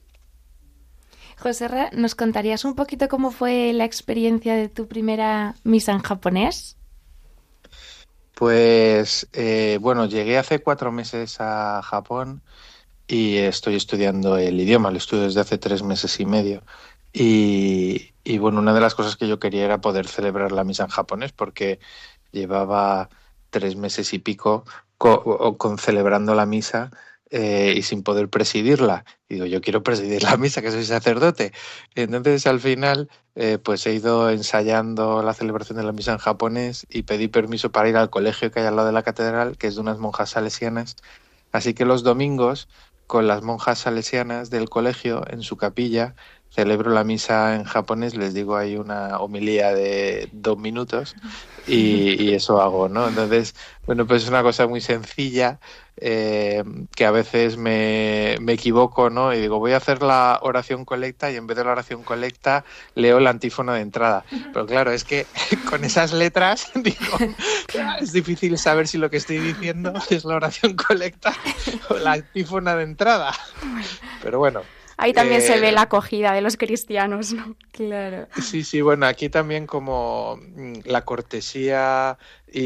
José Ra, ¿nos contarías un poquito cómo fue la experiencia de tu primera misa en japonés? Pues bueno, llegué hace 4 meses a Japón y estoy estudiando el idioma, lo estudio desde hace 3 meses y medio. Y bueno, una de las cosas que yo quería era poder celebrar la misa en japonés, porque llevaba 3 meses y pico con celebrando la misa, y sin poder presidirla. Y digo, yo quiero presidir la misa, que soy sacerdote. Entonces, al final, pues he ido ensayando la celebración de la misa en japonés y pedí permiso para ir al colegio que hay al lado de la catedral, que es de unas monjas salesianas. Así que los domingos, con las monjas salesianas del colegio, en su capilla, celebro la misa en japonés, les digo ahí una homilía de 2 minutos y eso hago, ¿no? Entonces, bueno, pues es una cosa muy sencilla, que a veces me equivoco, ¿no? Y digo, voy a hacer la oración colecta y en vez de la oración colecta leo la antífona de entrada. Pero claro, es que con esas letras, digo, es difícil saber si lo que estoy diciendo es la oración colecta o la antífona de entrada. Pero bueno. Ahí también se ve la acogida de los cristianos, ¿no? Claro. Sí, sí, bueno, aquí también como la cortesía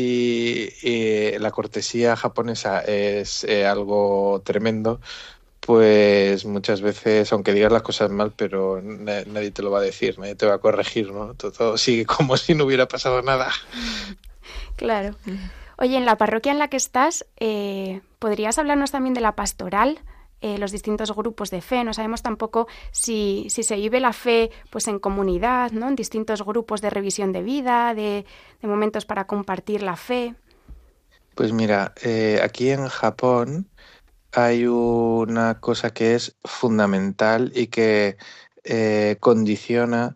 y la cortesía japonesa es algo tremendo, pues muchas veces, aunque digas las cosas mal, pero nadie te lo va a decir, nadie te va a corregir, ¿no? Todo sigue como si no hubiera pasado nada. Claro. Oye, en la parroquia en la que estás, ¿podrías hablarnos también de la pastoral? Los distintos grupos de fe. No sabemos tampoco si se vive la fe pues en comunidad, ¿no? En distintos grupos de revisión de vida, de momentos para compartir la fe. Pues mira, aquí en Japón hay una cosa que es fundamental y que condiciona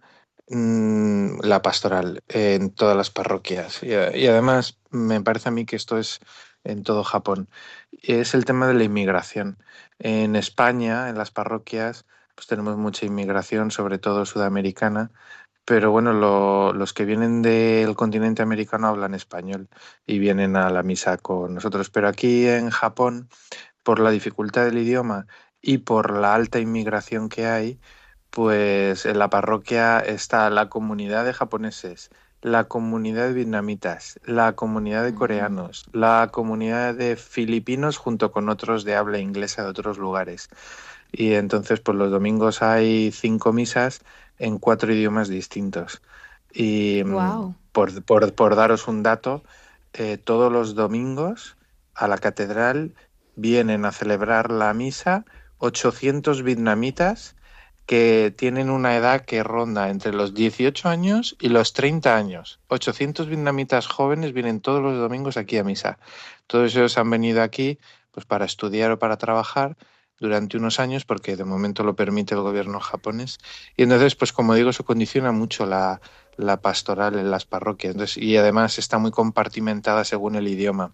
la pastoral en todas las parroquias. Y además me parece a mí que esto es en todo Japón. Es el tema de la inmigración. En España, en las parroquias, pues tenemos mucha inmigración, sobre todo sudamericana, pero bueno, los que vienen del continente americano hablan español y vienen a la misa con nosotros. Pero aquí en Japón, por la dificultad del idioma y por la alta inmigración que hay, pues en la parroquia está la comunidad de japoneses, la comunidad de vietnamitas, la comunidad de coreanos, la comunidad de filipinos junto con otros de habla inglesa de otros lugares. Y entonces, pues los domingos hay 5 misas en 4 idiomas distintos. Y Wow. por daros un dato, todos los domingos a la catedral vienen a celebrar la misa 800 vietnamitas que tienen una edad que ronda entre los 18 años y los 30 años. 800 vietnamitas jóvenes vienen todos los domingos aquí a misa. Todos ellos han venido aquí pues para estudiar o para trabajar durante unos años, porque de momento lo permite el gobierno japonés. Y entonces, pues como digo, eso condiciona mucho la pastoral en las parroquias. Entonces, y además está muy compartimentada según el idioma.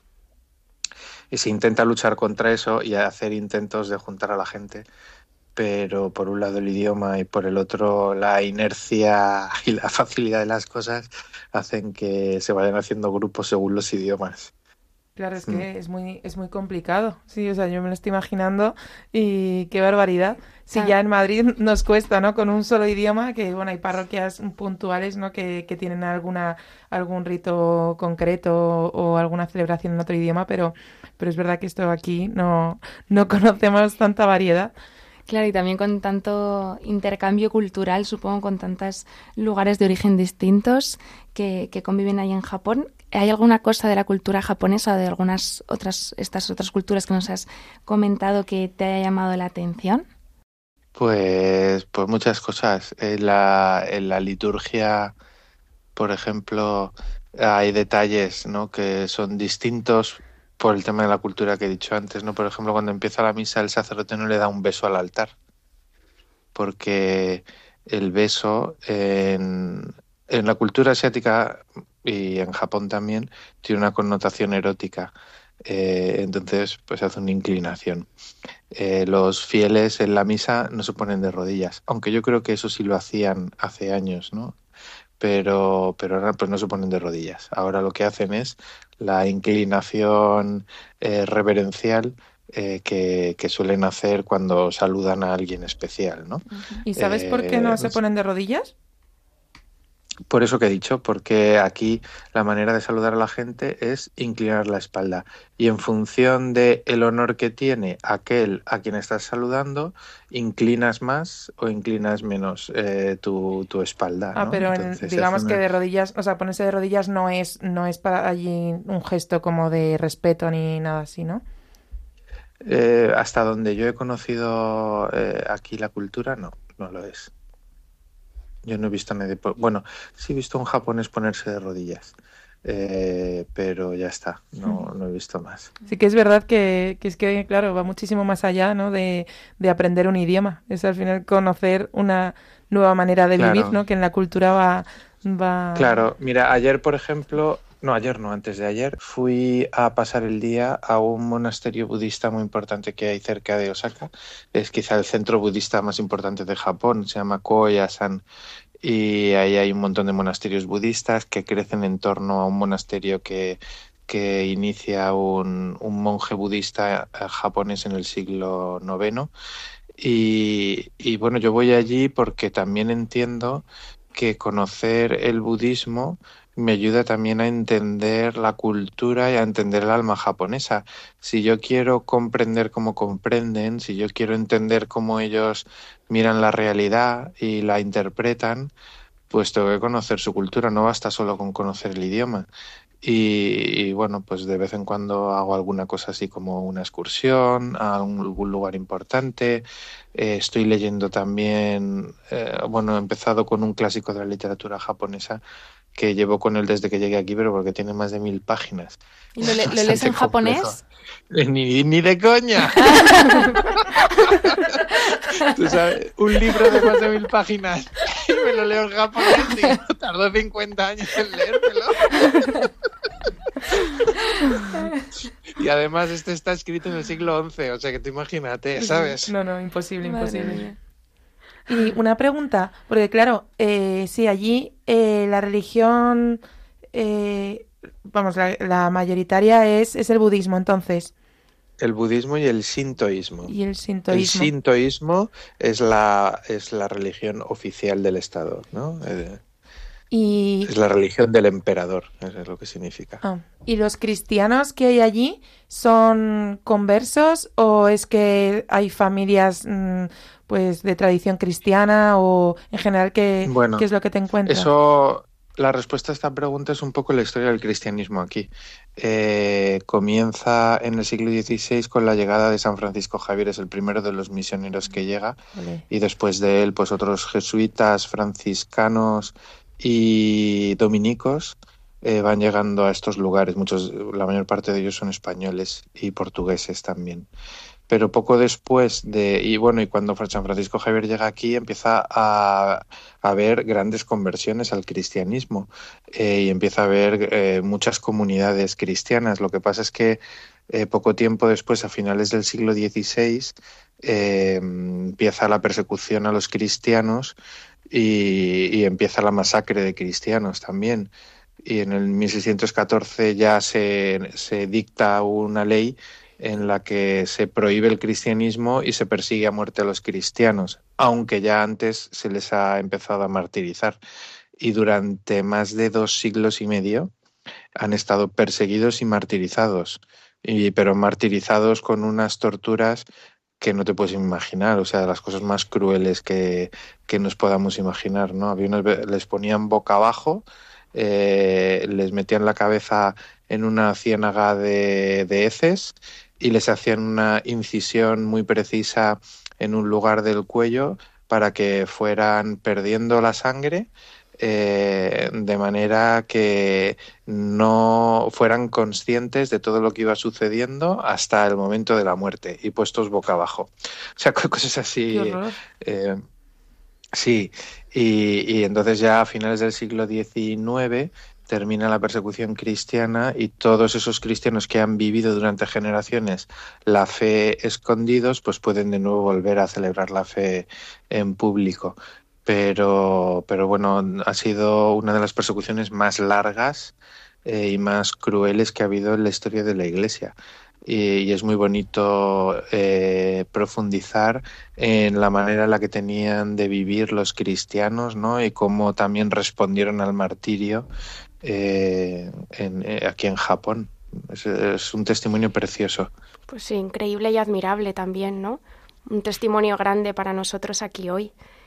Y se intenta luchar contra eso y hacer intentos de juntar a la gente, pero por un lado el idioma y por el otro la inercia y la facilidad de las cosas hacen que se vayan haciendo grupos según los idiomas. Claro, es que es muy complicado. Sí, o sea, yo me lo estoy imaginando y qué barbaridad. Si Claro. ya en Madrid nos cuesta, ¿no? Con un solo idioma, que bueno, hay parroquias puntuales, ¿no? Que tienen algún rito concreto o alguna celebración en otro idioma, pero es verdad que esto aquí no conocemos tanta variedad. Claro, y también con tanto intercambio cultural, supongo, con tantos lugares de origen distintos que conviven ahí en Japón. ¿Hay alguna cosa de la cultura japonesa o de estas otras culturas que nos has comentado que te haya llamado la atención? Pues muchas cosas. En la liturgia, por ejemplo, hay detalles, ¿no? que son distintos por el tema de la cultura que he dicho antes, ¿no? Por ejemplo, cuando empieza la misa, el sacerdote no le da un beso al altar, porque el beso en la cultura asiática y en Japón también tiene una connotación erótica. Entonces, pues hace una inclinación. Los fieles en la misa no se ponen de rodillas, aunque yo creo que eso sí lo hacían hace años, ¿no? Pero ahora pues no se ponen de rodillas. Ahora lo que hacen es la inclinación reverencial que suelen hacer cuando saludan a alguien especial, ¿no? ¿Y sabes por qué no se Pues, ponen de rodillas? por eso que he dicho, porque aquí la manera de saludar a la gente es inclinar la espalda. Y en función de el honor que tiene aquel a quien estás saludando, inclinas más o inclinas menos tu espalda, Ah, ¿no? pero Entonces, digamos que de rodillas, o sea, ponerse de rodillas no es para allí un gesto como de respeto ni nada así, ¿no? hasta donde yo he conocido aquí la cultura, no lo es. Yo no he visto a nadie... Bueno, sí he visto a un japonés ponerse de rodillas, pero ya está, no he visto más. Sí que es verdad que es que, claro, va muchísimo más allá, ¿no? De aprender un idioma. Es al final conocer una nueva manera de vivir, Claro. ¿no? Que en la cultura va... Claro, mira, ayer, por ejemplo, antes de ayer, fui a pasar el día a un monasterio budista muy importante que hay cerca de Osaka. Es quizá el centro budista más importante de Japón, se llama Koyasan. Y ahí hay un montón de monasterios budistas que crecen en torno a un monasterio que inicia un monje budista japonés en el siglo IX. Y bueno, yo voy allí porque también entiendo que conocer el budismo me ayuda también a entender la cultura y a entender el alma japonesa. Si yo quiero comprender cómo comprenden, si yo quiero entender cómo ellos miran la realidad y la interpretan, pues tengo que conocer su cultura, no basta solo con conocer el idioma. Y bueno, pues de vez en cuando hago alguna cosa así como una excursión a algún lugar importante. Estoy leyendo también, bueno, he empezado con un clásico de la literatura japonesa que llevo con él desde que llegué aquí, pero porque tiene más de 1000 páginas. ¿Y lo lees Bastante en complejo. japonés? Ni de coña. Tú sabes, un libro de más de 1000 páginas y me lo leo en japonés y tardó 50 años en leérmelo. Y además está escrito en el siglo XI, o sea que tú imagínate, ¿sabes? No, imposible, Madre imposible. mía. Y una pregunta, porque claro, sí, allí la religión, la mayoritaria es el budismo, entonces. El budismo y el sintoísmo. Y el sintoísmo. El sintoísmo es la religión oficial del Estado, ¿no? Es la religión del emperador, eso es lo que significa. ¿Y los cristianos que hay allí son conversos o es que hay familias pues de tradición cristiana o en general qué es lo que te encuentras? La respuesta a esta pregunta es un poco la historia del cristianismo aquí. Comienza en el siglo XVI con la llegada de San Francisco Javier, es el primero de los misioneros que llega, y después de él pues otros jesuitas, franciscanos y dominicos van llegando a estos lugares. La mayor parte de ellos son españoles y portugueses también. Pero poco después y cuando San Francisco Javier llega aquí empieza a haber grandes conversiones al cristianismo y empieza a haber muchas comunidades cristianas. Lo que pasa es que poco tiempo después, a finales del siglo XVI, empieza la persecución a los cristianos y empieza la masacre de cristianos también. Y en el 1614 ya se dicta una ley en la que se prohíbe el cristianismo y se persigue a muerte a los cristianos, aunque ya antes se les ha empezado a martirizar. Y durante más de 2 siglos y medio han estado perseguidos y martirizados, pero martirizados con unas torturas que no te puedes imaginar, o sea, las cosas más crueles que nos podamos imaginar, ¿no? Les ponían boca abajo, les metían la cabeza en una ciénaga de heces y les hacían una incisión muy precisa en un lugar del cuello para que fueran perdiendo la sangre de manera que no fueran conscientes de todo lo que iba sucediendo hasta el momento de la muerte y puestos boca abajo. O sea, cosas así. Sí, y entonces ya a finales del siglo XIX termina la persecución cristiana y todos esos cristianos que han vivido durante generaciones la fe escondidos, pues pueden de nuevo volver a celebrar la fe en público. Pero bueno, ha sido una de las persecuciones más largas y más crueles que ha habido en la historia de la Iglesia. Y es muy bonito profundizar en la manera en la que tenían de vivir los cristianos, ¿no? Y cómo también respondieron al martirio aquí en Japón. Es un testimonio precioso. Pues sí, increíble y admirable también, ¿no? Un testimonio grande para nosotros aquí hoy.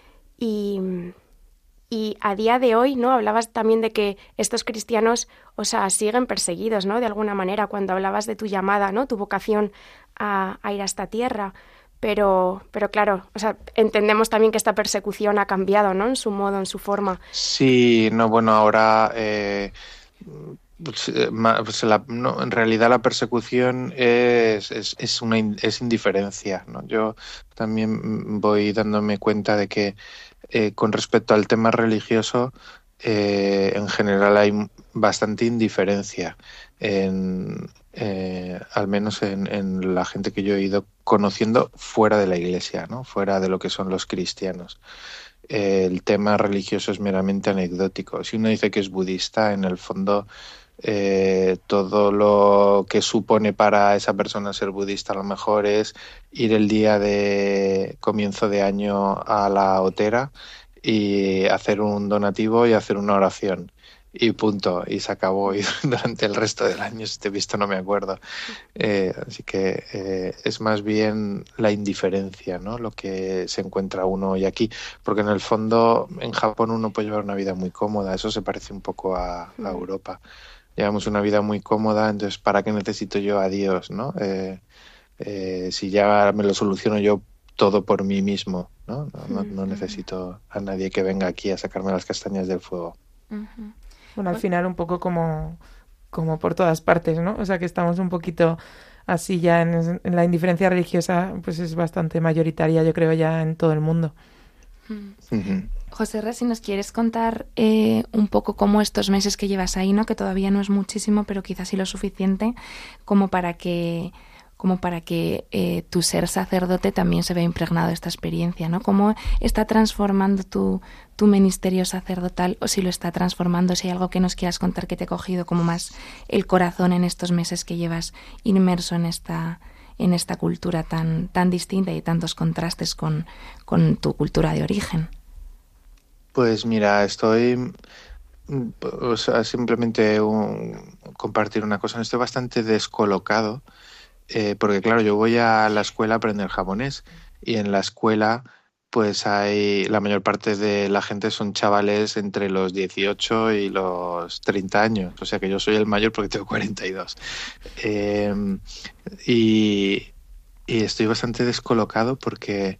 Y a día de hoy, ¿no? Hablabas también de que estos cristianos, o sea, siguen perseguidos, ¿no? De alguna manera, cuando hablabas de tu llamada, ¿no? Tu vocación a ir a esta tierra. Pero claro, o sea, entendemos también que esta persecución ha cambiado, ¿no? En su modo, en su forma. Sí, no, bueno, ahora en realidad la persecución es indiferencia, ¿no? Yo también voy dándome cuenta de que con respecto al tema religioso, en general hay bastante indiferencia, al menos en la gente que yo he ido conociendo fuera de la Iglesia, ¿no? Fuera de lo que son los cristianos. El tema religioso es meramente anecdótico. Si uno dice que es budista, en el fondo todo lo que supone para esa persona ser budista a lo mejor es ir el día de comienzo de año a la hotera y hacer un donativo y hacer una oración y punto, y se acabó, y durante el resto del año, si te he visto no me acuerdo. Así que es más bien la indiferencia, ¿no? Lo que se encuentra uno hoy aquí, porque en el fondo en Japón uno puede llevar una vida muy cómoda, eso se parece un poco a Europa. Llevamos una vida muy cómoda, entonces ¿para qué necesito yo a Dios, no? Si ya me lo soluciono yo todo por mí mismo, ¿no? No necesito a nadie que venga aquí a sacarme las castañas del fuego. Bueno, al final un poco como por todas partes, ¿no? O sea, que estamos un poquito así ya en la indiferencia religiosa, pues es bastante mayoritaria, yo creo, ya en todo el mundo. José Ra, si nos quieres contar un poco cómo estos meses que llevas ahí, ¿no? Que todavía no es muchísimo, pero quizás sí lo suficiente como para que como para que tu ser sacerdote también se vea impregnado de esta experiencia, ¿no? ¿Cómo está transformando tu ministerio sacerdotal, o si lo está transformando, si hay algo que nos quieras contar que te ha cogido como más el corazón en estos meses que llevas inmerso en esta cultura tan distinta y tantos contrastes con tu cultura de origen? Pues mira, simplemente compartir una cosa, estoy bastante descolocado, porque claro, yo voy a la escuela a aprender japonés, y en la escuela pues la mayor parte de la gente son chavales entre los 18 y los 30 años, o sea que yo soy el mayor porque tengo 42. Y estoy bastante descolocado porque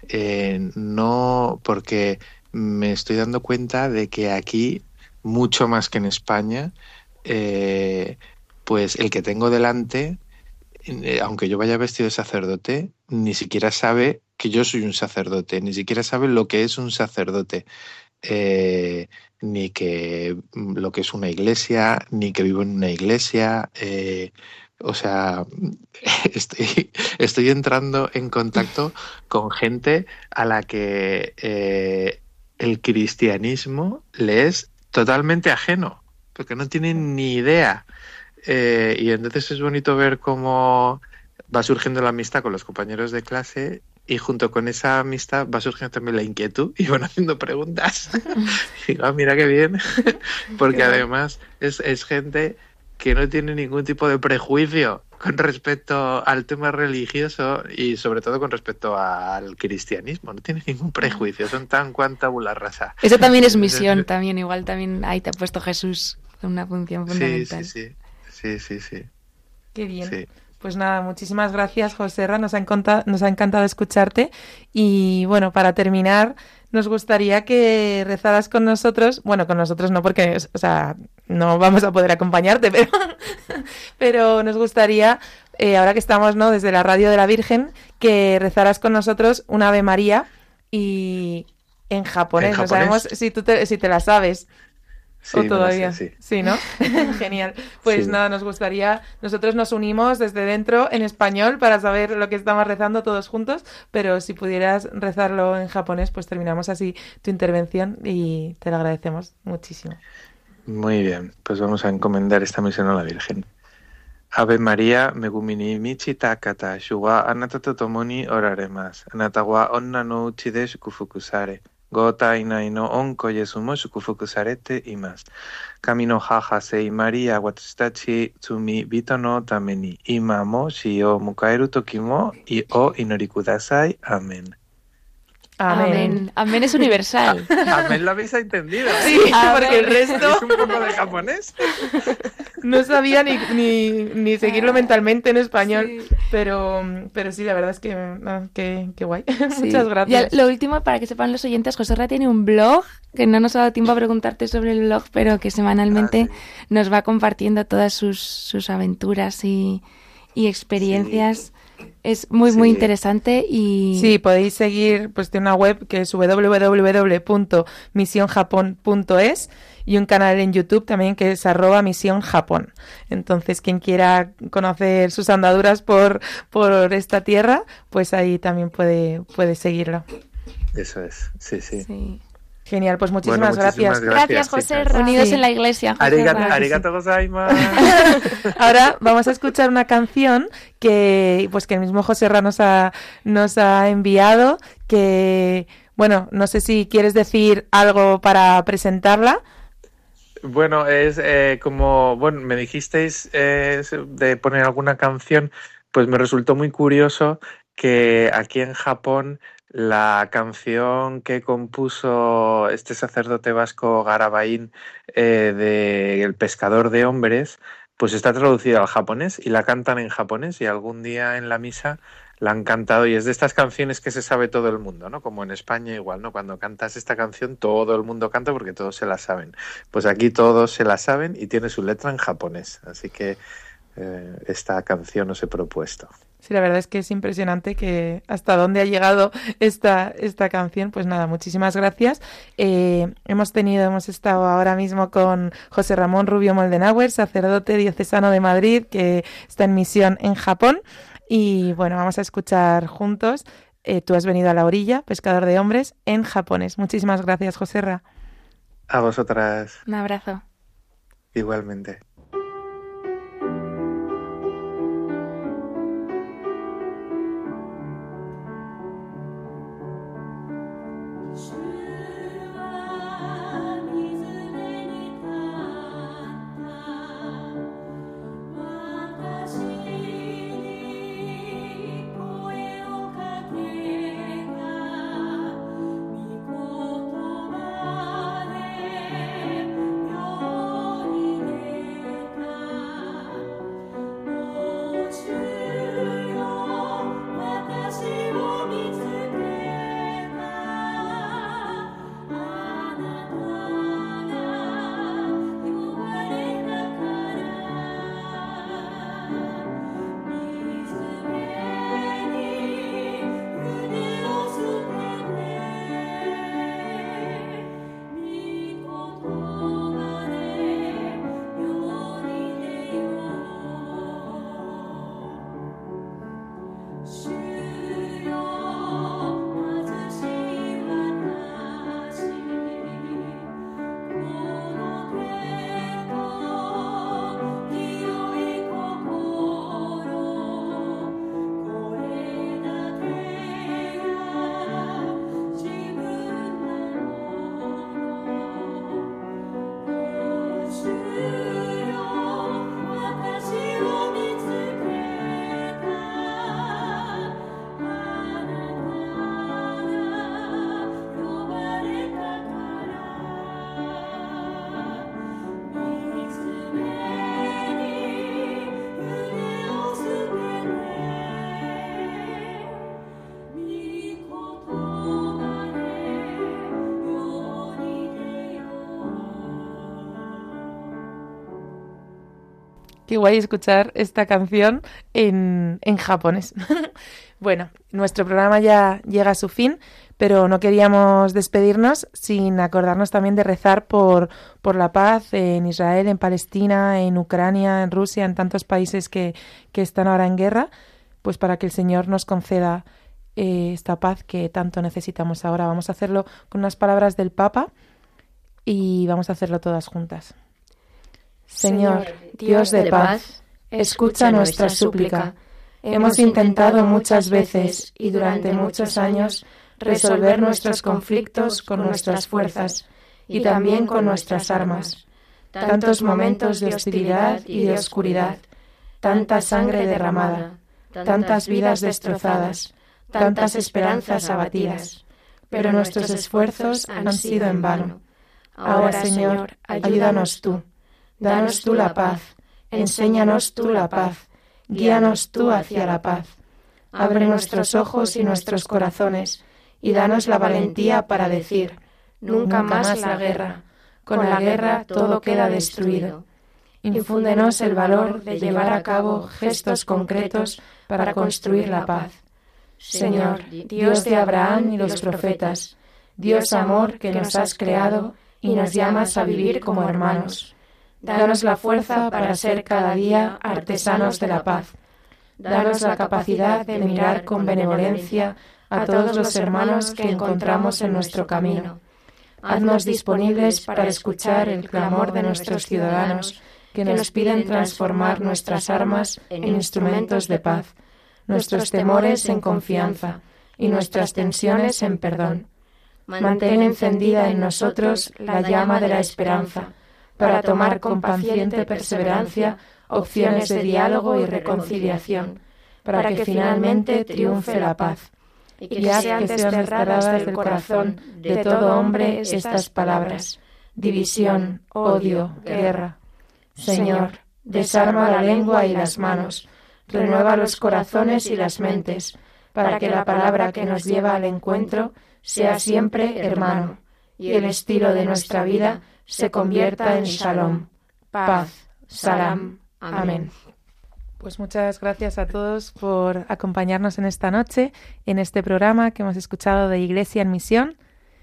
porque me estoy dando cuenta de que aquí, mucho más que en España, pues el que tengo delante, aunque yo vaya vestido de sacerdote, ni siquiera sabe que yo soy un sacerdote, ni siquiera sabe lo que es un sacerdote, ni que lo que es una iglesia, ni que vivo en una iglesia. O sea, estoy entrando en contacto con gente a la que el cristianismo le es totalmente ajeno, porque no tienen ni idea. Y entonces es bonito ver cómo va surgiendo la amistad con los compañeros de clase, y junto con esa amistad va surgiendo también la inquietud y van haciendo preguntas. Y digo, mira qué bien, porque además es gente que no tiene ningún tipo de prejuicio con respecto al tema religioso, y sobre todo con respecto al cristianismo. No tiene ningún prejuicio, son tan cuanta tabula rasa. Eso también es misión, también igual también ahí te ha puesto Jesús en una función fundamental. Sí. Qué bien. Sí. Pues nada, muchísimas gracias, Joserra, nos ha encantado escucharte. Y bueno, para terminar, nos gustaría que rezaras con nosotros, bueno, con nosotros no, porque no vamos a poder acompañarte, pero nos gustaría, ahora que estamos, ¿no?, desde la Radio de la Virgen, que rezaras con nosotros un Ave María, y en japonés. No sabemos si te la sabes. Sí, ¿O todavía? Sí. Sí, ¿no? Genial. Pues sí. Nada, nos gustaría, nosotros nos unimos desde dentro en español para saber lo que estamos rezando todos juntos, pero si pudieras rezarlo en japonés, pues terminamos así tu intervención y te lo agradecemos muchísimo. Muy bien, pues vamos a encomendar esta misión a la Virgen. Ave María, Megumi ni Michi Takata, Shuwa Anata to tomoni oraremasu. Anata wa onna no uchi de shukufukusare. Gota inai no onko Yesu mo shukufuku sarete imasu. Kami no haha sei Maria watashi tachi tsumi bito no tame ni ima mo shi o mukaeru toki mo o inori kudasai. Amén. Amén. Amén es universal. Amén lo habéis entendido, ¿eh? Sí, porque el resto... ¿Es un poco de japonés? No sabía ni seguirlo mentalmente en español, sí. Pero sí, la verdad es que qué guay. Sí. Muchas gracias. Ya, lo último, para que sepan los oyentes, Joserra tiene un blog, que no nos ha dado tiempo a preguntarte sobre el blog, pero que semanalmente nos va compartiendo todas sus aventuras y experiencias. Sí. Es muy interesante y... Sí, podéis seguir, pues tiene una web que es www.misionjapon.es y un canal en YouTube también que es @misionjapon. Entonces, quien quiera conocer sus andaduras por esta tierra, pues ahí también puede seguirlo. Eso es, sí. Genial, pues muchísimas gracias. Gracias, José. Unidos en la iglesia. Arigato gozaimasu. Ahora vamos a escuchar una canción que el mismo Joserra nos ha enviado, que, bueno, no sé si quieres decir algo para presentarla. Bueno, es me dijisteis de poner alguna canción, pues me resultó muy curioso que aquí en Japón la canción que compuso este sacerdote vasco Garabáin de El pescador de hombres, pues está traducida al japonés y la cantan en japonés, y algún día en la misa la han cantado, y es de estas canciones que se sabe todo el mundo, ¿no? Como en España igual, ¿no? Cuando cantas esta canción todo el mundo canta porque todos se la saben. Pues aquí todos se la saben y tiene su letra en japonés, así que esta canción os he propuesto. Sí, la verdad es que es impresionante que hasta dónde ha llegado esta canción. Pues nada, muchísimas gracias. Hemos estado ahora mismo con José Ramón Rubio Moldenauer, sacerdote diocesano de Madrid, que está en misión en Japón. Y bueno, vamos a escuchar juntos Tú has venido a la orilla, pescador de hombres, en japonés. Muchísimas gracias, Joserra. A vosotras. Un abrazo. Igualmente. Qué guay escuchar esta canción en japonés. Bueno, nuestro programa ya llega a su fin, pero no queríamos despedirnos sin acordarnos también de rezar por la paz en Israel, en Palestina, en Ucrania, en Rusia, en tantos países que están ahora en guerra, pues para que el Señor nos conceda esta paz que tanto necesitamos ahora. Vamos a hacerlo con unas palabras del Papa y vamos a hacerlo todas juntas. Señor, Dios de paz, escucha nuestra súplica. Hemos intentado muchas veces y durante muchos años resolver nuestros conflictos con nuestras fuerzas y también con nuestras armas. Tantos momentos de hostilidad y de oscuridad, tanta sangre derramada, tantas vidas destrozadas, tantas esperanzas abatidas. Pero nuestros esfuerzos han sido en vano. Ahora, Señor, ayúdanos tú. Danos tú la paz, enséñanos tú la paz, guíanos tú hacia la paz. Abre nuestros ojos y nuestros corazones y danos la valentía para decir, nunca más la guerra, con la guerra todo queda destruido. Infúndenos el valor de llevar a cabo gestos concretos para construir la paz. Señor, Dios de Abraham y los profetas, Dios amor que nos has creado y nos llamas a vivir como hermanos. Danos la fuerza para ser cada día artesanos de la paz. Danos la capacidad de mirar con benevolencia a todos los hermanos que encontramos en nuestro camino. Haznos disponibles para escuchar el clamor de nuestros ciudadanos que nos piden transformar nuestras armas en instrumentos de paz, nuestros temores en confianza y nuestras tensiones en perdón. Mantén encendida en nosotros la llama de la esperanza, para tomar con paciente perseverancia opciones de diálogo y reconciliación, para que finalmente triunfe la paz. Y que sean desterradas del corazón de todo hombre estas palabras: división, odio, guerra. Señor, desarma la lengua y las manos, renueva los corazones y las mentes, para que la palabra que nos lleva al encuentro sea siempre hermano, y el estilo de nuestra vida se convierta en shalom, paz, salam. Amén. Pues muchas gracias a todos por acompañarnos en esta noche, en este programa que hemos escuchado de Iglesia en Misión.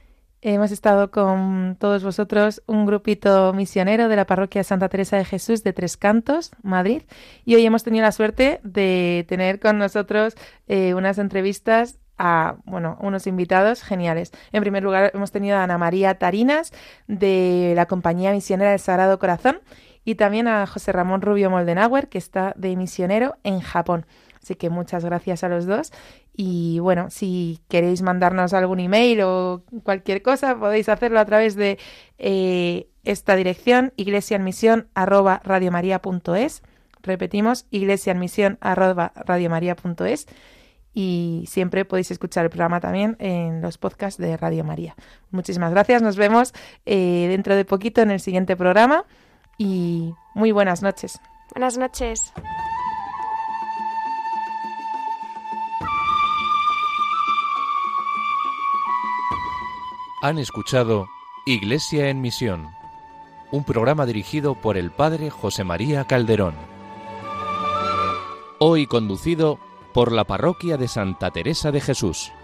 Hemos estado con todos vosotros, un grupito misionero de la parroquia Santa Teresa de Jesús de Tres Cantos, Madrid, y hoy hemos tenido la suerte de tener con nosotros unas entrevistas a unos invitados geniales. En primer lugar, hemos tenido a Ana María Tarinas, de la Compañía Misionera del Sagrado Corazón, y también a José Ramón Rubio Moldenauer, que está de misionero en Japón. Así que muchas gracias a los dos. Y bueno, si queréis mandarnos algún email o cualquier cosa, podéis hacerlo a través de esta dirección, iglesiaenmisión@radiomaria.es. Repetimos, iglesiaenmisión@radiomaria.es. Y siempre podéis escuchar el programa también en los podcasts de Radio María. Muchísimas gracias. Nos vemos dentro de poquito en el siguiente programa. Y muy buenas noches. Buenas noches. Han escuchado Iglesia en Misión, un programa dirigido por el padre José María Calderón. Hoy conducido por la parroquia de Santa Teresa de Jesús.